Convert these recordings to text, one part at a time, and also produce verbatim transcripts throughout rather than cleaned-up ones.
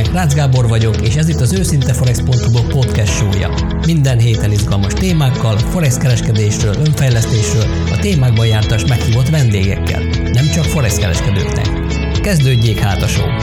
Sziasztok! Rácz Gábor vagyok, és ez itt az őszinte forex pont hu blog podcast show-ja. Minden héten izgalmas témákkal, forex kereskedésről, önfejlesztésről, a témákban jártas meghívott vendégekkel. Nem csak forex kereskedőknek. Kezdődjék hát a show!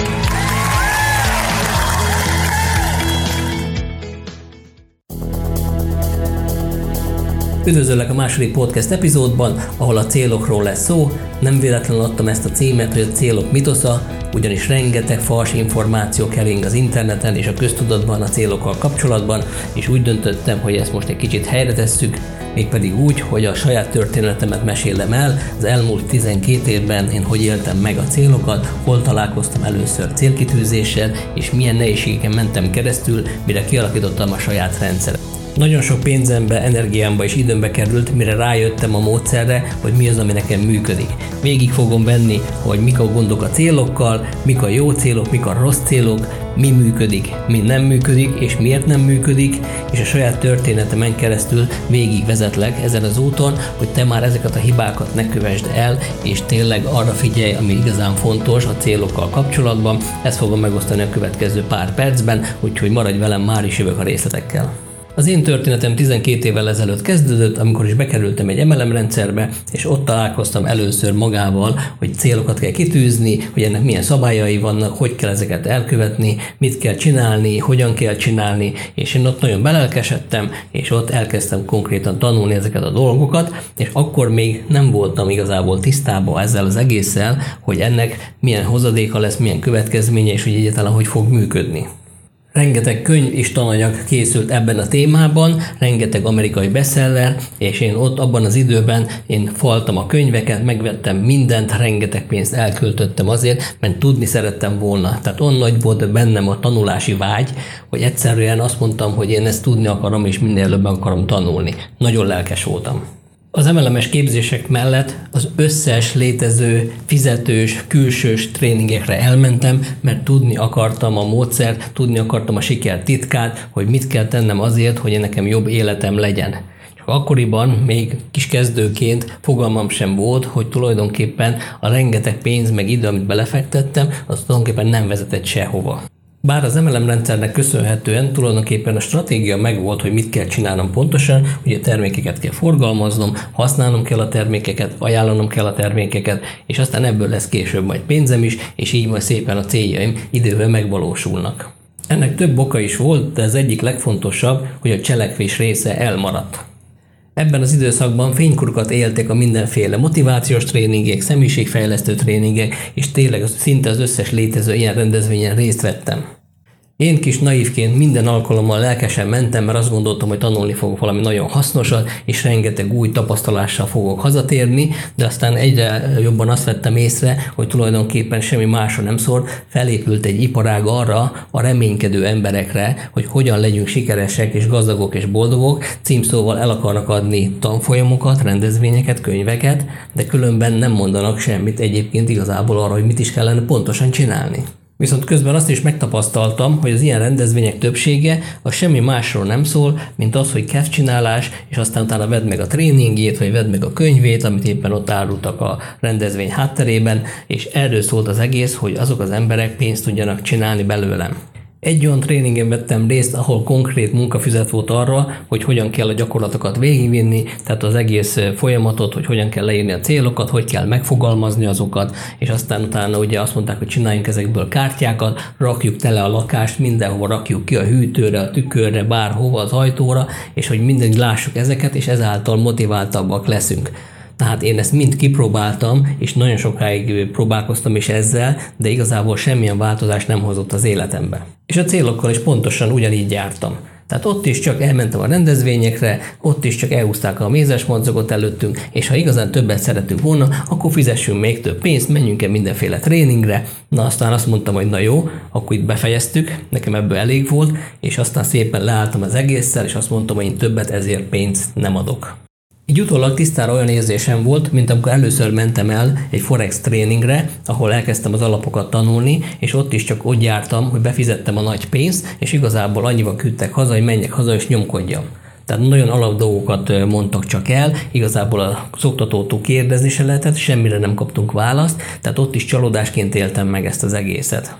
Üdvözöllek a második podcast epizódban, ahol a célokról lesz szó. Nem véletlenül adtam ezt a címet, hogy a célok mitosza, ugyanis rengeteg fals információ kering az interneten és a köztudatban a célokkal kapcsolatban, és úgy döntöttem, hogy ezt most egy kicsit helyre tesszük, mégpedig úgy, hogy a saját történetemet mesélem el. Az elmúlt tizenkét évben én hogy éltem meg a célokat, hol találkoztam először célkitűzéssel, és milyen nehézségeken mentem keresztül, mire kialakítottam a saját rendszeret. Nagyon sok pénzembe, energiámba és időmbe került, mire rájöttem a módszerre, hogy mi az, ami nekem működik. Végig fogom venni, hogy mik a gondok a célokkal, mik a jó célok, mik a rossz célok, mi működik, mi nem működik, és miért nem működik, és a saját történetemen keresztül végig vezetlek ezen az úton, hogy te már ezeket a hibákat ne kövesd el, és tényleg arra figyelj, ami igazán fontos a célokkal kapcsolatban. Ezt fogom megosztani a következő pár percben, úgyhogy maradj velem, már is jövök a részletekkel. Az én történetem tizenkét évvel ezelőtt kezdődött, amikor is bekerültem egy em el em rendszerbe, és ott találkoztam először magával, hogy célokat kell kitűzni, hogy ennek milyen szabályai vannak, hogy kell ezeket elkövetni, mit kell csinálni, hogyan kell csinálni, és én ott nagyon belelkesedtem, és ott elkezdtem konkrétan tanulni ezeket a dolgokat, és akkor még nem voltam igazából tisztában ezzel az egésszel, hogy ennek milyen hozadéka lesz, milyen következménye, és hogy egyáltalán hogy fog működni. Rengeteg könyv és tananyag készült ebben a témában, rengeteg amerikai bestseller, és én ott abban az időben én faltam a könyveket, megvettem mindent, rengeteg pénzt elköltöttem azért, mert tudni szerettem volna. Tehát olyan nagy volt bennem a tanulási vágy, hogy egyszerűen azt mondtam, hogy én ezt tudni akarom, és minél előbb akarom tanulni. Nagyon lelkes voltam. Az em el em-es képzések mellett az összes létező fizetős, külsős tréningekre elmentem, mert tudni akartam a módszert, tudni akartam a siker titkát, hogy mit kell tennem azért, hogy nekem jobb életem legyen. Csak akkoriban, még kis kezdőként fogalmam sem volt, hogy tulajdonképpen a rengeteg pénz meg idő, amit belefektettem, az tulajdonképpen nem vezetett sehova. Bár az em el em rendszernek köszönhetően tulajdonképpen a stratégia megvolt, hogy mit kell csinálnom pontosan, hogy a termékeket kell forgalmaznom, használnom kell a termékeket, ajánlanom kell a termékeket, és aztán ebből lesz később majd pénzem is, és így majd szépen a céljaim idővel megvalósulnak. Ennek több oka is volt, de az egyik legfontosabb, hogy a cselekvés része elmaradt. Ebben az időszakban fénykorúkat éltek a mindenféle motivációs tréningek, személyiségfejlesztő tréningek, és tényleg szinte az összes létező ilyen rendezvényen részt vettem. Én kis naívként minden alkalommal lelkesen mentem, mert azt gondoltam, hogy tanulni fogok valami nagyon hasznosat, és rengeteg új tapasztalással fogok hazatérni, de aztán egyre jobban azt vettem észre, hogy tulajdonképpen semmi másra nem szól, felépült egy iparág arra a reménykedő emberekre, hogy hogyan legyünk sikeresek és gazdagok és boldogok, címszóval el akarnak adni tanfolyamokat, rendezvényeket, könyveket, de különben nem mondanak semmit egyébként igazából arra, hogy mit is kellene pontosan csinálni. Viszont közben azt is megtapasztaltam, hogy az ilyen rendezvények többsége az semmi másról nem szól, mint az, hogy kezdcsinálás, és aztán utána vedd meg a tréningjét, vagy vedd meg a könyvét, amit éppen ott árultak a rendezvény hátterében, és erről szólt az egész, hogy azok az emberek pénzt tudjanak csinálni belőlem. Egy olyan tréningen vettem részt, ahol konkrét munkafüzet volt arra, hogy hogyan kell a gyakorlatokat végigvinni, tehát az egész folyamatot, hogy hogyan kell leírni a célokat, hogy kell megfogalmazni azokat, és aztán utána ugye azt mondták, hogy csináljunk ezekből kártyákat, rakjuk tele a lakást, mindenhova rakjuk ki a hűtőre, a tükörre, bárhova, az ajtóra, és hogy mindig lássuk ezeket, és ezáltal motiváltabbak leszünk. Tehát én ezt mind kipróbáltam, és nagyon sokáig próbálkoztam is ezzel, de igazából semmilyen változást nem hozott az életembe. És a célokkal is pontosan ugyanígy jártam. Tehát ott is csak elmentem a rendezvényekre, ott is csak elhúzták a mézes madzagot előttünk, és ha igazán többet szeretünk volna, akkor fizessünk még több pénzt, menjünk el mindenféle tréningre. Na aztán azt mondtam, hogy na jó, akkor itt befejeztük, nekem ebből elég volt, és aztán szépen leálltam az egésszel, és azt mondtam, hogy én többet ezért pénzt nem adok. Így utólag tisztára olyan érzésem volt, mint amikor először mentem el egy forex tréningre, ahol elkezdtem az alapokat tanulni, és ott is csak úgy jártam, hogy befizettem a nagy pénzt, és igazából annyival küldtek haza, hogy menjek haza és nyomkodjam. Tehát nagyon alap dolgokat mondtak csak el, igazából a szoktatótól kérdezni se lehetett, semmire nem kaptunk választ, tehát ott is csalódásként éltem meg ezt az egészet.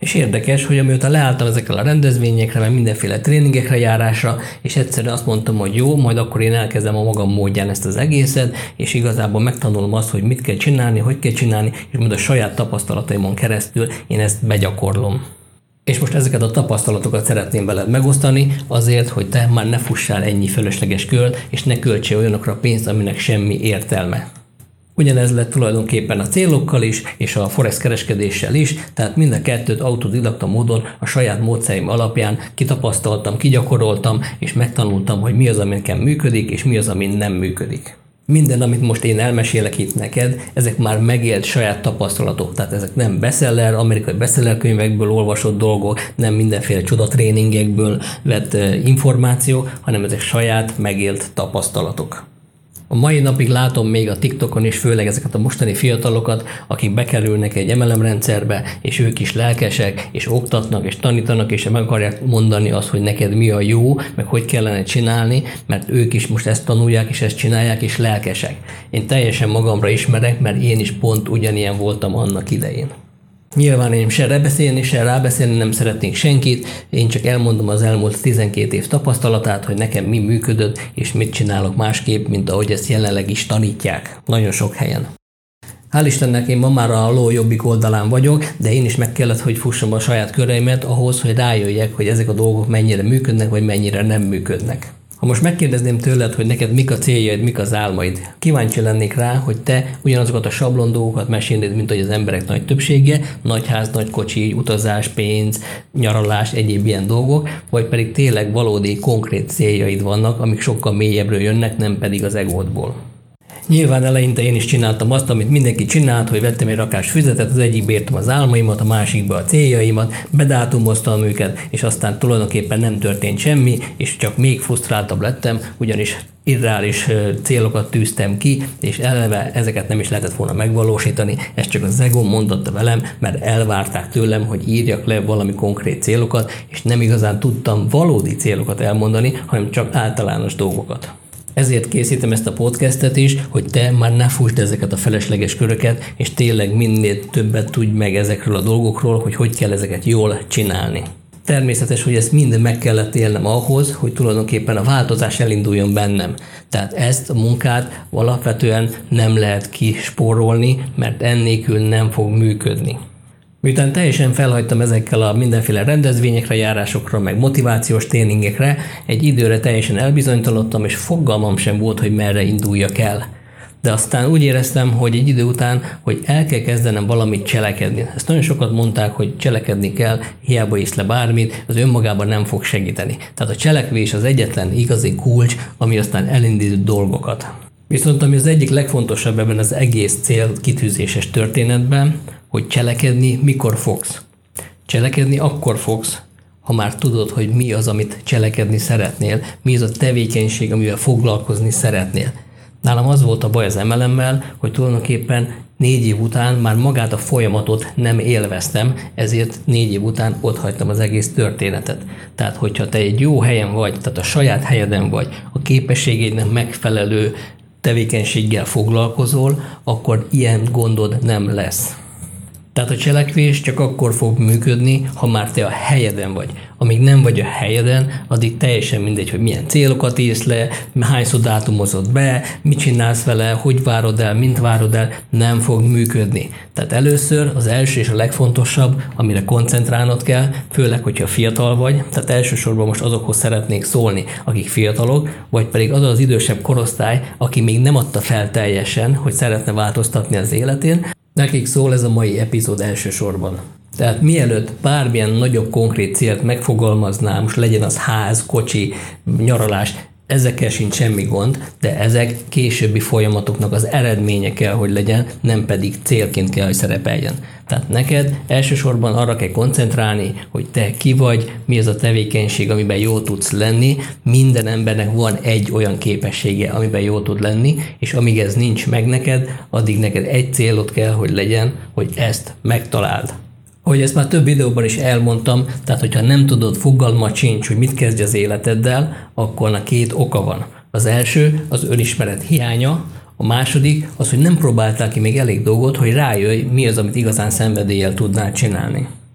És érdekes, hogy amióta leálltam ezekkel a rendezvényekre, meg mindenféle tréningekre járásra, és egyszerűen azt mondtam, hogy jó, majd akkor én elkezdem a magam módján ezt az egészet, és igazából megtanulom azt, hogy mit kell csinálni, hogy kell csinálni, és majd a saját tapasztalataimon keresztül én ezt begyakorlom. És most ezeket a tapasztalatokat szeretném veled megosztani azért, hogy te már ne fussál ennyi fölösleges kör, és ne költsél olyanokra pénzt, aminek semmi értelme. Ugyanez lett tulajdonképpen a célokkal is, és a forex kereskedéssel is, tehát mind a kettőt autodidakta módon a saját módszereim alapján kitapasztaltam, kigyakoroltam, és megtanultam, hogy mi az, ami nekem működik, és mi az, ami nem működik. Minden, amit most én elmesélek itt neked, ezek már megélt saját tapasztalatok, tehát ezek nem bestseller, amerikai bestseller könyvekből olvasott dolgok, nem mindenféle csodatréningekből vett információ, hanem ezek saját megélt tapasztalatok. A mai napig látom még a TikTokon is főleg ezeket a mostani fiatalokat, akik bekerülnek egy em el em rendszerbe, és ők is lelkesek, és oktatnak, és tanítanak, és meg akarják mondani azt, hogy neked mi a jó, meg hogy kellene csinálni, mert ők is most ezt tanulják, és ezt csinálják, és lelkesek. Én teljesen magamra ismerek, mert én is pont ugyanilyen voltam annak idején. Nyilván én se rebeszélni, se rábeszélni nem szeretnék senkit, én csak elmondom az elmúlt tizenkét év tapasztalatát, hogy nekem mi működött, és mit csinálok másképp, mint ahogy ezt jelenleg is tanítják. Nagyon sok helyen. Hál' Istennek én ma már a ló jobbik oldalán vagyok, de én is meg kellett, hogy fussam a saját köreimet ahhoz, hogy rájöjjek, hogy ezek a dolgok mennyire működnek, vagy mennyire nem működnek. Ha most megkérdezném tőled, hogy neked mik a céljaid, mik az álmaid, kíváncsi lennék rá, hogy te ugyanazokat a sablon dolgokat mesélnéd, mint hogy az emberek nagy többsége, nagy ház, nagy kocsi, utazás, pénz, nyaralás, egyéb ilyen dolgok, vagy pedig tényleg valódi, konkrét céljaid vannak, amik sokkal mélyebbről jönnek, nem pedig az egódból. Nyilván eleinte én is csináltam azt, amit mindenki csinált, hogy vettem egy rakás füzetet, az egyikbe írtam az álmaimat, a másikba a céljaimat, bedátumoztam őket, és aztán tulajdonképpen nem történt semmi, és csak még frusztráltabb lettem, ugyanis irreális célokat tűztem ki, és eleve ezeket nem is lehetett volna megvalósítani, ezt csak az ego mondotta velem, mert elvárták tőlem, hogy írjak le valami konkrét célokat, és nem igazán tudtam valódi célokat elmondani, hanem csak általános dolgokat. Ezért készítem ezt a podcastet is, hogy te már ne fussd ezeket a felesleges köröket, és tényleg minél többet tudj meg ezekről a dolgokról, hogy hogy kell ezeket jól csinálni. Természetes, hogy ezt mind meg kellett élnem ahhoz, hogy tulajdonképpen a változás elinduljon bennem. Tehát ezt a munkát alapvetően nem lehet kispórolni, mert ennélkül nem fog működni. Miután teljesen felhagytam ezekkel a mindenféle rendezvényekre, járásokra, meg motivációs tréningekre, egy időre teljesen elbizonytalanodtam, és fogalmam sem volt, hogy merre induljak el. De aztán úgy éreztem, hogy egy idő után, hogy el kell kezdenem valamit cselekedni. Ezt nagyon sokat mondták, hogy cselekedni kell, hiába isz le bármit, az önmagában nem fog segíteni. Tehát a cselekvés az egyetlen igazi kulcs, ami aztán elindít dolgokat. Viszont ami az egyik legfontosabb ebben az egész cél kitűzéses történetben, hogy cselekedni mikor fogsz. Cselekedni akkor fogsz, ha már tudod, hogy mi az, amit cselekedni szeretnél, mi az a tevékenység, amivel foglalkozni szeretnél. Nálam az volt a baj az em el em-mel, hogy tulajdonképpen négy év után már magát a folyamatot nem élveztem, ezért négy év után otthagytam az egész történetet. Tehát, hogyha te egy jó helyen vagy, tehát a saját helyeden vagy, a képességeidnek megfelelő tevékenységgel foglalkozol, akkor ilyen gondod nem lesz. Tehát a cselekvés csak akkor fog működni, ha már te a helyeden vagy. Amíg nem vagy a helyeden, addig teljesen mindegy, hogy milyen célokat írsz le, hányszor dátumozod be, mit csinálsz vele, hogy várod el, mint várod el, nem fog működni. Tehát először az első és a legfontosabb, amire koncentrálnod kell, főleg, hogyha fiatal vagy, tehát elsősorban most azokhoz szeretnék szólni, akik fiatalok, vagy pedig az az idősebb korosztály, aki még nem adta fel teljesen, hogy szeretne változtatni az életén, nekik szól ez a mai epizód elsősorban. Tehát mielőtt bármilyen nagyobb konkrét célt megfogalmaznám, most legyen az ház, kocsi, nyaralás, ezekkel sincs semmi gond, de ezek későbbi folyamatoknak az eredménye kell, hogy legyen, nem pedig célként kell, hogy szerepeljen. Tehát neked elsősorban arra kell koncentrálni, hogy te ki vagy, mi az a tevékenység, amiben jól tudsz lenni. Minden embernek van egy olyan képessége, amiben jól tud lenni, és amíg ez nincs meg neked, addig neked egy célod kell, hogy legyen, hogy ezt megtaláld. Ahogy ezt már több videóban is elmondtam, tehát hogyha nem tudod, fogalma sincs, hogy mit kezdj az életeddel, akkor na két oka van. Az első az önismeret hiánya, a második az, hogy nem próbáltál ki még elég dolgot, hogy rájöjj, mi az, amit igazán szenvedéllyel tudnál csinálni.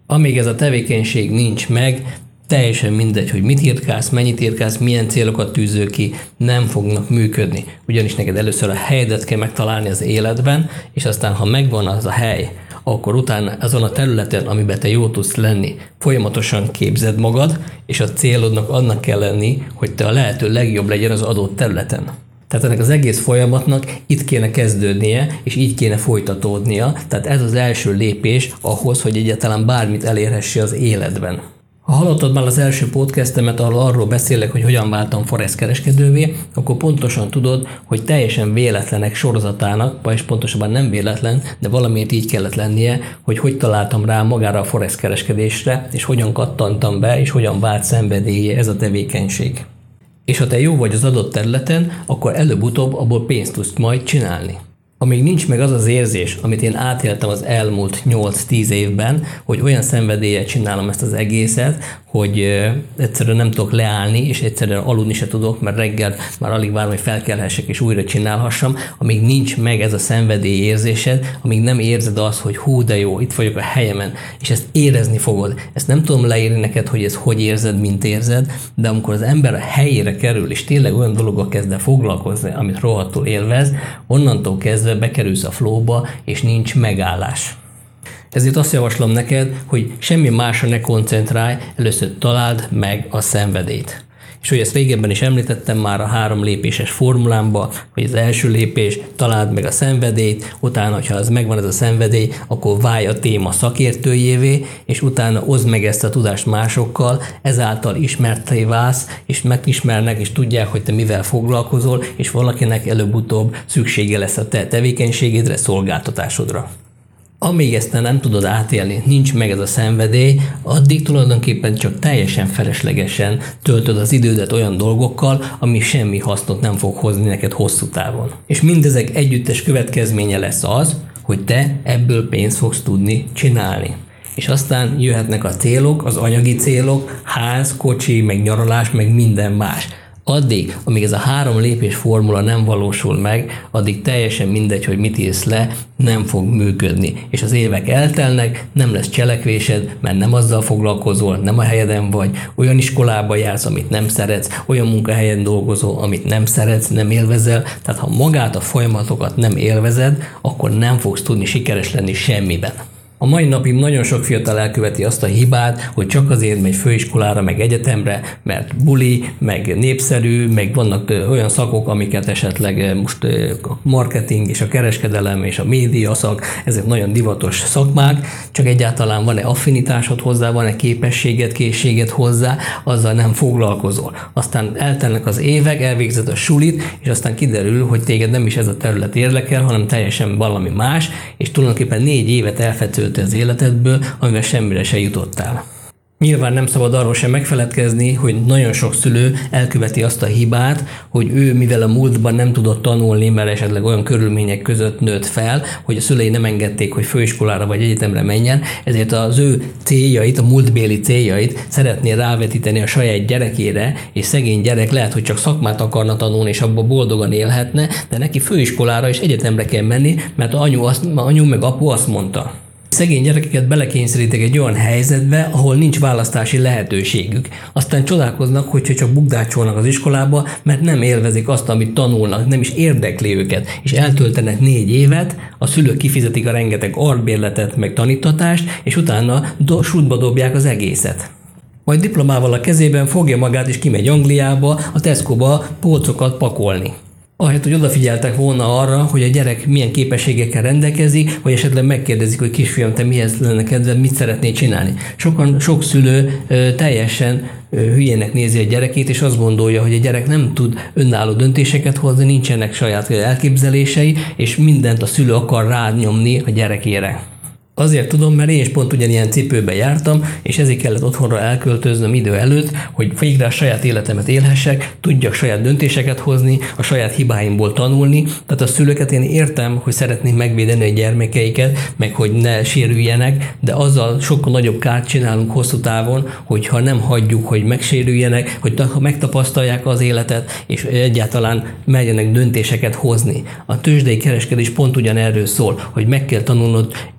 Amíg ez a tevékenység nincs meg, teljesen mindegy, hogy mit írkálsz, mennyit írkálsz, milyen célokat tűző ki, nem fognak működni. Ugyanis neked először a helyedet kell megtalálni az életben, és aztán, ha megvan az a hely, akkor utána azon a területen, amiben te jó tudsz lenni, folyamatosan képzed magad, és a célodnak annak kell lenni, hogy te a lehető legjobb legyen az adott területen. Tehát ennek az egész folyamatnak itt kéne kezdődnie, és így kéne folytatódnia, tehát ez az első lépés ahhoz, hogy egyáltalán bármit elérhessi az életben. Ha hallottad már az első podcastemet, ahol arról beszélek, hogy hogyan váltam forex kereskedővé, akkor pontosan tudod, hogy teljesen véletlenek sorozatának, vagyis pontosabban nem véletlen, de valamiért így kellett lennie, hogy hogy találtam rá magára a forex kereskedésre, és hogyan kattantam be, és hogyan vált szenvedélye ez a tevékenység. És ha te jó vagy az adott területen, akkor előbb-utóbb abból pénzt tudsz majd csinálni. Amíg nincs meg az az érzés, amit én átéltem az elmúlt nyolc-tíz évben, hogy olyan szenvedéllyel csinálom ezt az egészet, hogy egyszerűen nem tudok leállni, és egyszerűen aludni se tudok, mert reggel már alig várom, hogy felkelhessek és újra csinálhassam, amíg nincs meg ez a szenvedély érzésed, amíg nem érzed azt, hogy hú, de jó, itt vagyok a helyemen, és ezt érezni fogod. Ezt nem tudom leírni neked, hogy ez hogy érzed, mint érzed, de amikor az ember a helyére kerül, és tényleg olyan dologgal kezd el foglalkozni, amit rohadtul élvez, onnantól kezdve bekerülsz a flowba, és nincs megállás. Ezért azt javaslom neked, hogy semmi másra ne koncentrálj, először találd meg a szenvedélyt. És hogy ezt régebben is említettem már a három lépéses formulámba, hogy az első lépés, találd meg a szenvedélyt, utána, ha az megvan ez a szenvedély, akkor válj a téma szakértőjévé, és utána oszd meg ezt a tudást másokkal, ezáltal ismerté válsz, és megismernek, és tudják, hogy te mivel foglalkozol, és valakinek előbb-utóbb szüksége lesz a te tevékenységedre, szolgáltatásodra. Amíg ezt nem tudod átélni, nincs meg ez a szenvedély, addig tulajdonképpen csak teljesen feleslegesen töltöd az idődet olyan dolgokkal, ami semmi hasznot nem fog hozni neked hosszú távon. És mindezek együttes következménye lesz az, hogy te ebből pénzt fogsz tudni csinálni. És aztán jöhetnek a célok, az anyagi célok, ház, kocsi, meg nyaralás, meg minden más. Addig, amíg ez a három lépés formula nem valósul meg, addig teljesen mindegy, hogy mit írsz le, nem fog működni. És az évek eltelnek, nem lesz cselekvésed, mert nem azzal foglalkozol, nem a helyeden vagy, olyan iskolába jársz, amit nem szeretsz, olyan munkahelyen dolgozol, amit nem szeretsz, nem élvezel. Tehát ha magát a folyamatokat nem élvezed, akkor nem fogsz tudni sikeres lenni semmiben. A mai napig nagyon sok fiatal elköveti azt a hibát, hogy csak azért megy főiskolára, meg egyetemre, mert buli, meg népszerű, meg vannak olyan szakok, amiket esetleg most a marketing és a kereskedelem és a média szak, ezek nagyon divatos szakmák, csak egyáltalán van-e affinitásod hozzá, van-e képességed, készséged hozzá, azzal nem foglalkozol. Aztán eltelnek az évek, elvégzed a sulit, és aztán kiderül, hogy téged nem is ez a terület érdekel, hanem teljesen valami más, és tulajdonképpen négy évet elfetsző az életedből, amivel semmire se jutottál. Nyilván nem szabad arról sem megfeledkezni, hogy nagyon sok szülő elköveti azt a hibát, hogy ő, mivel a múltban nem tudott tanulni, mert esetleg olyan körülmények között nőtt fel, hogy a szülei nem engedték, hogy főiskolára vagy egyetemre menjen, ezért az ő céljait, a múltbéli céljait szeretné rávetíteni a saját gyerekére, és szegény gyerek lehet, hogy csak szakmát akarna tanulni, és abban boldogan élhetne, de neki főiskolára és egyetemre kell menni, mert anyu, azt, anyu meg apu azt mondta. Szegény gyerekeket belekényszerítek egy olyan helyzetbe, ahol nincs választási lehetőségük. Aztán csodálkoznak, hogyha csak bukdácsolnak az iskolába, mert nem élvezik azt, amit tanulnak, nem is érdekli őket, és eltöltenek négy évet, a szülők kifizetik a rengeteg albérletet, meg tanítatást, és utána do- sútba dobják az egészet. Majd diplomával a kezében fogja magát, és kimegy Angliába, a Tesco-ba polcokat pakolni. Ahelyett, hogy odafigyeltek volna arra, hogy a gyerek milyen képességekkel rendelkezik, vagy esetleg megkérdezik, hogy kisfiam, te mihez lenne kedved, mit szeretnél csinálni. Sokan, sok szülő ö, teljesen ö, hülyének nézi a gyerekét, és azt gondolja, hogy a gyerek nem tud önálló döntéseket hozni, nincsenek saját elképzelései, és mindent a szülő akar rányomni a gyerekére. Azért tudom, mert én is pont ugyanilyen cipőbe jártam, és ezért kellett otthonra elköltöznöm idő előtt, hogy végre a saját életemet élhessek, tudjak saját döntéseket hozni, a saját hibáimból tanulni. Tehát a szülőket én értem, hogy szeretnék megvédeni a gyermekeiket, meg hogy ne sérüljenek, de azzal sokkal nagyobb kárt csinálunk hosszú távon, hogyha nem hagyjuk, hogy megsérüljenek, hogy megtapasztalják az életet, és egyáltalán merjenek döntéseket hozni. A tőzsdei kereskedés pont ugyanerről szól, hogy meg kell tanulnod észszerű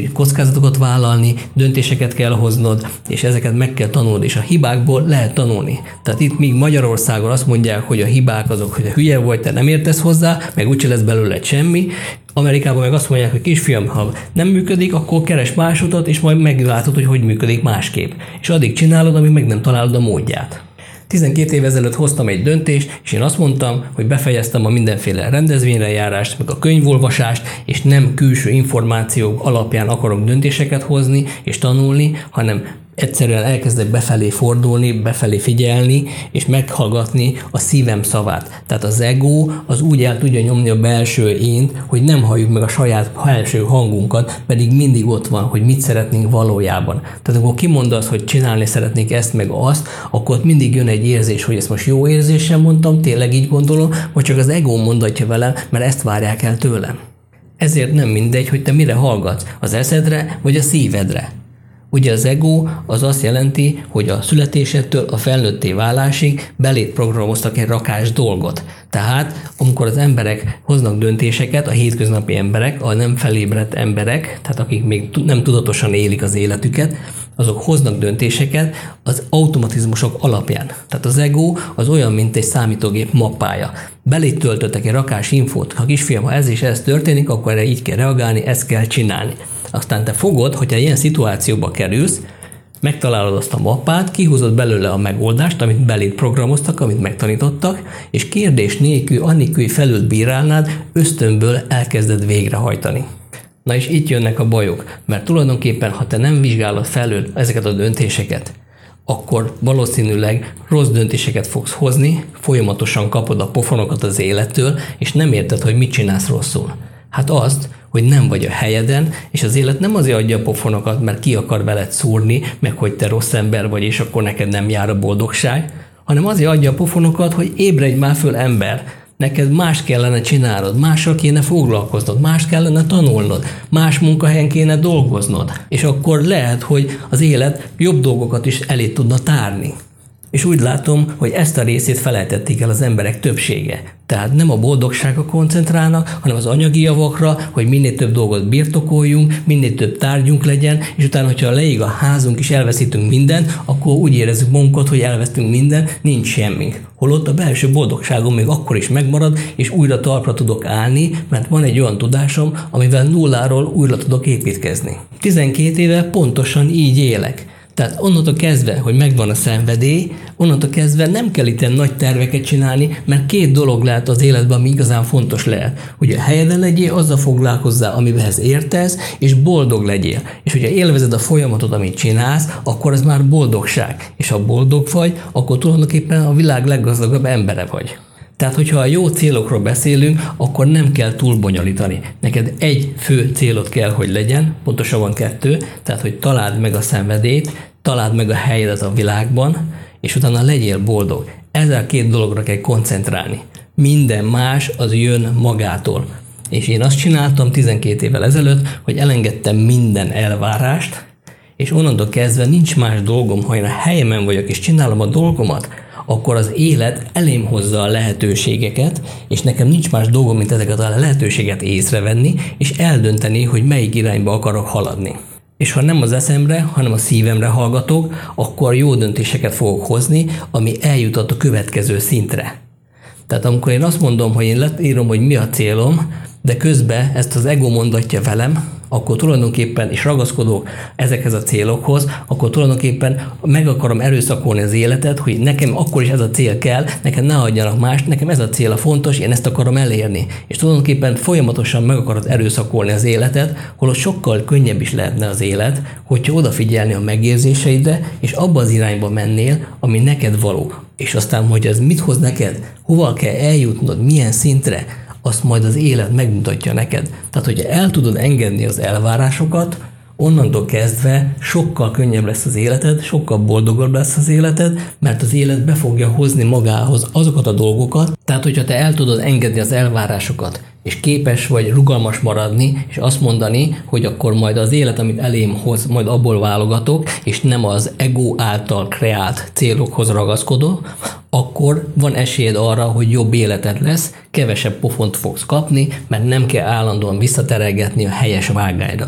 hogy kockázatokat vállalni, döntéseket kell hoznod, és ezeket meg kell tanulni, és a hibákból lehet tanulni. Tehát itt még Magyarországon azt mondják, hogy a hibák azok, hogy a hülye vagy, te nem értesz hozzá, meg úgyse lesz belőle semmi. Amerikában meg azt mondják, hogy kisfiam, ha nem működik, akkor keres más utat, és majd meglátod, hogy hogy működik másképp. És addig csinálod, amíg meg nem találod a módját. tizenkét év ezelőtt hoztam egy döntést, és én azt mondtam, hogy befejeztem a mindenféle rendezvényre járást, meg a könyvolvasást, és nem külső információk alapján akarok döntéseket hozni és tanulni, hanem egyszerűen elkezdek befelé fordulni, befelé figyelni, és meghallgatni a szívem szavát. Tehát az ego az úgy el tudja nyomni a belső ént, hogy nem halljuk meg a saját belső hangunkat, pedig mindig ott van, hogy mit szeretnénk valójában. Tehát amikor kimondasz, hogy csinálni szeretnék ezt meg azt, akkor ott mindig jön egy érzés, hogy ezt most jó érzésen mondtam, tényleg így gondolom, vagy csak az ego mondatja velem, mert ezt várják el tőlem. Ezért nem mindegy, hogy te mire hallgatsz, az eszedre vagy a szívedre. Ugye az ego az azt jelenti, hogy a születésedtől a felnőtté válásig beléd programoztak egy rakás dolgot. Tehát amikor az emberek hoznak döntéseket, a hétköznapi emberek, a nem felébredt emberek, tehát akik még nem tudatosan élik az életüket, azok hoznak döntéseket az automatizmusok alapján. Tehát az ego az olyan, mint egy számítógép mappája. Beléd töltöttek egy rakás infót, ha kisfiam, ha ez és ez történik, akkor erre így kell reagálni, ezt kell csinálni. Aztán te fogod, hogyha ilyen szituációba kerülsz, megtalálod azt a mappát, kihúzod belőle a megoldást, amit beléd programoztak, amit megtanítottak, és kérdés nélkül, annélkül felül bírálnád, ösztönből elkezded végrehajtani. Na és itt jönnek a bajok, mert tulajdonképpen, ha te nem vizsgálod felül ezeket a döntéseket, akkor valószínűleg rossz döntéseket fogsz hozni, folyamatosan kapod a pofonokat az élettől, és nem érted, hogy mit csinálsz rosszul. Hát azt, hogy nem vagy a helyeden, és az élet nem azért adja a pofonokat, mert ki akar veled szúrni, meg hogy te rossz ember vagy, és akkor neked nem jár a boldogság, hanem azért adja a pofonokat, hogy ébredj már föl, ember. Neked más kellene csinálnod, mással kéne foglalkoznod, más kellene tanulnod, más munkahelyen kéne dolgoznod, és akkor lehet, hogy az élet jobb dolgokat is elé tudna tárni. És úgy látom, hogy ezt a részét felejtették el az emberek többsége. Tehát nem a boldogságra koncentrálnak, hanem az anyagi javakra, hogy minél több dolgot birtokoljunk, minél több tárgyunk legyen, és utána, hogyha leég a házunk és elveszítünk mindent, akkor úgy érezzük magunkat, hogy elvesztünk mindent, nincs semmink. Holott a belső boldogságom még akkor is megmarad, és újra talpra tudok állni, mert van egy olyan tudásom, amivel nulláról újra tudok építkezni. tizenkét éve pontosan így élek. Tehát onnantól kezdve, hogy megvan a szenvedély, onnantól kezdve nem kell itt nagy terveket csinálni, mert két dolog lehet az életben, ami igazán fontos lehet. Hogy a helyeden legyél, azzal foglalkozzál, amibenhez értesz, és boldog legyél. És hogyha élvezed a folyamatot, amit csinálsz, akkor ez már boldogság. És ha boldog vagy, akkor tulajdonképpen a világ leggazdagabb embere vagy. Tehát, hogyha a jó célokról beszélünk, akkor nem kell túl bonyolítani. Neked egy fő célod kell, hogy legyen, pontosabban kettő, tehát, hogy találd meg a szenvedélyt, találd meg a helyedet a világban, és utána legyél boldog. Ezzel a két dologra kell koncentrálni. Minden más az jön magától. És én azt csináltam tizenkét évvel ezelőtt, hogy elengedtem minden elvárást, és onnantól kezdve nincs más dolgom, ha én a helyemen vagyok, és csinálom a dolgomat, akkor az élet elém hozza a lehetőségeket, és nekem nincs más dolgom, mint ezeket a lehetőséget észrevenni, és eldönteni, hogy melyik irányba akarok haladni. És ha nem az eszemre, hanem a szívemre hallgatok, akkor jó döntéseket fogok hozni, ami eljutat a következő szintre. Tehát amikor én azt mondom, hogy én leírom, hogy mi a célom, de közben ezt az ego mondatja velem, akkor tulajdonképpen is ragaszkodok ezekhez a célokhoz, akkor tulajdonképpen meg akarom erőszakolni az életet, hogy nekem akkor is ez a cél kell, nekem ne adjanak mást, nekem ez a cél a fontos, én ezt akarom elérni. És tulajdonképpen folyamatosan meg akarod erőszakolni az életet, holott sokkal könnyebb is lehetne az élet, hogyha odafigyelni a megérzéseidre, és abba az irányba mennél, ami neked való. És aztán, hogy ez mit hoz neked, hova kell eljutnod, milyen szintre, azt majd az élet megmutatja neked. Tehát, hogyha el tudod engedni az elvárásokat, onnantól kezdve sokkal könnyebb lesz az életed, sokkal boldogabb lesz az életed, mert az élet be fogja hozni magához azokat a dolgokat. Tehát, hogyha te el tudod engedni az elvárásokat, és képes vagy rugalmas maradni, és azt mondani, hogy akkor majd az élet, amit elém hoz, majd abból válogatok, és nem az ego által kreált célokhoz ragaszkodok, akkor van esélyed arra, hogy jobb életed lesz, kevesebb pofont fogsz kapni, mert nem kell állandóan visszaterelgetni a helyes vágányra.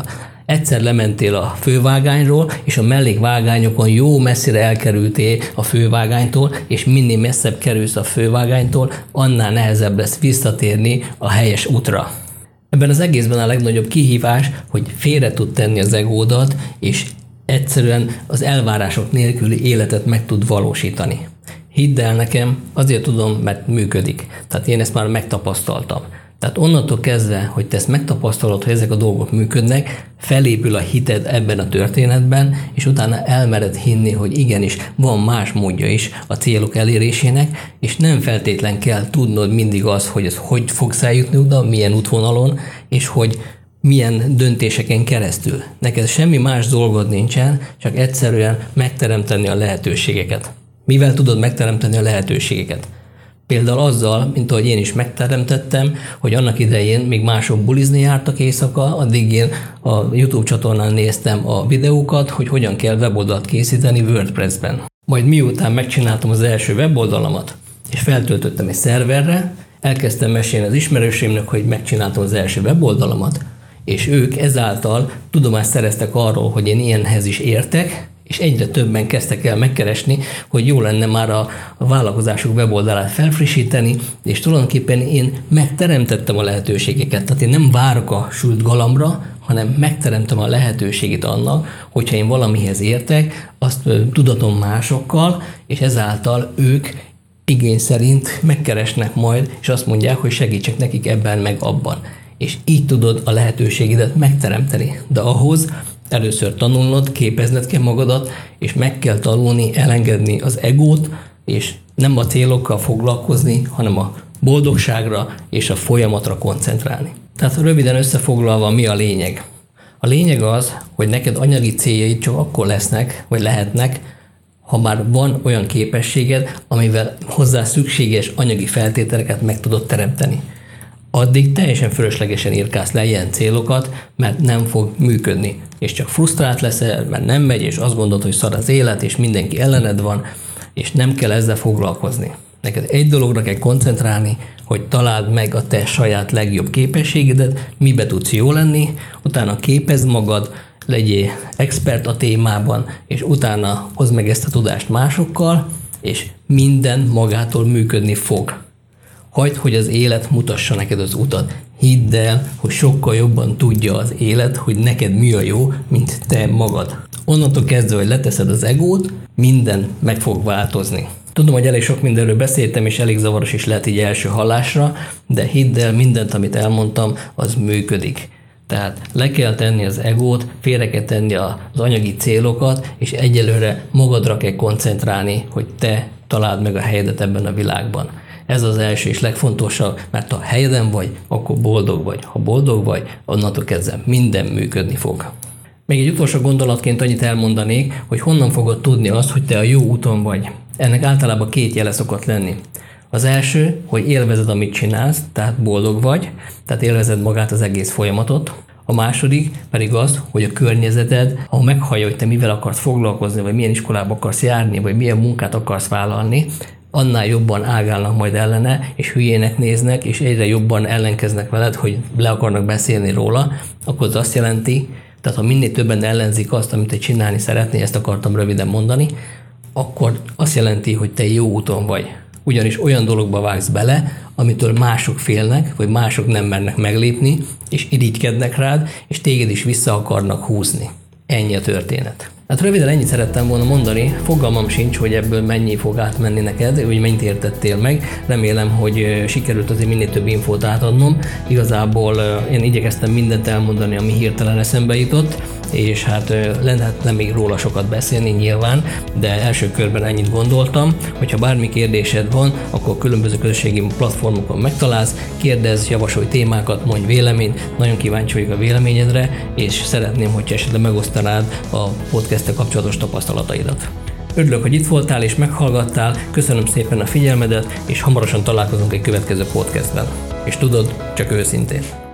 Egyszer lementél a fővágányról, és a mellékvágányokon jó messzire elkerültél a fővágánytól, és minél messzebb kerülsz a fővágánytól, annál nehezebb lesz visszatérni a helyes útra. Ebben az egészben a legnagyobb kihívás, hogy félre tud tenni az egódat, és egyszerűen az elvárások nélküli életet meg tud valósítani. Hidd el nekem, azért tudom, mert működik. Tehát én ezt már megtapasztaltam. Tehát onnantól kezdve, hogy te ezt megtapasztalod, hogy ezek a dolgok működnek, felépül a hited ebben a történetben, és utána elmered hinni, hogy igenis van más módja is a célok elérésének, és nem feltétlen kell tudnod mindig az, hogy ez hogy fogsz eljutni oda, milyen útvonalon, és hogy milyen döntéseken keresztül. Neked semmi más dolgod nincsen, csak egyszerűen megteremteni a lehetőségeket. Mivel tudod megteremteni a lehetőségeket? Például azzal, mint ahogy én is megteremtettem, hogy annak idején még mások bulizni jártak éjszaka, addig én a YouTube csatornán néztem a videókat, hogy hogyan kell weboldalt készíteni WordPress-ben. Majd miután megcsináltam az első weboldalamat, és feltöltöttem egy szerverre, elkezdtem mesélni az ismerőseimnek, hogy megcsináltam az első weboldalamat, és ők ezáltal tudomást szereztek arról, hogy én ilyenhez is értek, és egyre többen kezdtek el megkeresni, hogy jó lenne már a vállalkozásuk weboldalát felfrissíteni, és tulajdonképpen én megteremtettem a lehetőségeket. Tehát én nem várok a sült galambra, hanem megteremtem a lehetőségét annak, hogyha én valamihez értek, azt tudatom másokkal, és ezáltal ők igény szerint megkeresnek majd, és azt mondják, hogy segítsek nekik ebben meg abban. És így tudod a lehetőségedet megteremteni. De ahhoz először tanulnod, képezned kell magadat, és meg kell tanulni, elengedni az egót, és nem a célokkal foglalkozni, hanem a boldogságra és a folyamatra koncentrálni. Tehát röviden összefoglalva, mi a lényeg? A lényeg az, hogy neked anyagi céljaid csak akkor lesznek, vagy lehetnek, ha már van olyan képességed, amivel hozzá szükséges anyagi feltételeket meg tudod teremteni. Addig teljesen fölöslegesen írkálsz le ilyen célokat, mert nem fog működni. És csak frusztrált leszel, mert nem megy, és azt gondolod, hogy szar az élet, és mindenki ellened van, és nem kell ezzel foglalkozni. Neked egy dologra kell koncentrálni, hogy találd meg a te saját legjobb képességedet, mibe tudsz jó lenni, utána képezd magad, legyél expert a témában, és utána hozd meg ezt a tudást másokkal, és minden magától működni fog. Hagyd, hogy az élet mutassa neked az utat. Hidd el, hogy sokkal jobban tudja az élet, hogy neked mi a jó, mint te magad. Onnantól kezdve, hogy leteszed az egót, minden meg fog változni. Tudom, hogy elég sok mindenről beszéltem, és elég zavaros is lehet így első hallásra, de hidd el, mindent, amit elmondtam, az működik. Tehát le kell tenni az egót, félre kell tenni az anyagi célokat, és egyelőre magadra kell koncentrálni, hogy te találd meg a helyedet ebben a világban. Ez az első és legfontosabb, mert ha helyeden vagy, akkor boldog vagy. Ha boldog vagy, onnantól kezdve minden működni fog. Még egy utolsó gondolatként annyit elmondanék, hogy honnan fogod tudni azt, hogy te a jó úton vagy. Ennek általában két jele szokott lenni. Az első, hogy élvezed, amit csinálsz, tehát boldog vagy, tehát élvezed magát az egész folyamatot. A második pedig az, hogy a környezeted, ahol meghallja, hogy te mivel akarsz foglalkozni, vagy milyen iskolába akarsz járni, vagy milyen munkát akarsz vállalni, annál jobban ágálnak majd ellene, és hülyének néznek, és egyre jobban ellenkeznek veled, hogy le akarnak beszélni róla, akkor az azt jelenti, tehát ha minél többen ellenzik azt, amit te csinálni szeretnél, ezt akartam röviden mondani, akkor azt jelenti, hogy te jó úton vagy. Ugyanis olyan dologba vágsz bele, amitől mások félnek, vagy mások nem mernek meglépni, és irigykednek rád, és téged is vissza akarnak húzni. Ennyi a történet. Hát röviden ennyit szerettem volna mondani, fogalmam sincs, hogy ebből mennyi fog átmenni neked, hogy mennyit értettél meg. Remélem, hogy sikerült azért minél több infót átadnom. Igazából én igyekeztem mindent elmondani, ami hirtelen eszembe jutott, és hát lehetne még róla sokat beszélni nyilván, de első körben ennyit gondoltam. Hogyha bármi kérdésed van, akkor különböző közösségi platformokon megtalálsz, kérdezz, javasolj témákat, mondj véleményt, nagyon kíváncsi vagyok a véleményedre, és szeretném, hogyha esetleg megosztanád a podcasttel kapcsolatos tapasztalataidat. Örülök, hogy itt voltál és meghallgattál, köszönöm szépen a figyelmedet, és hamarosan találkozunk egy következő podcastben. És tudod, csak őszintén.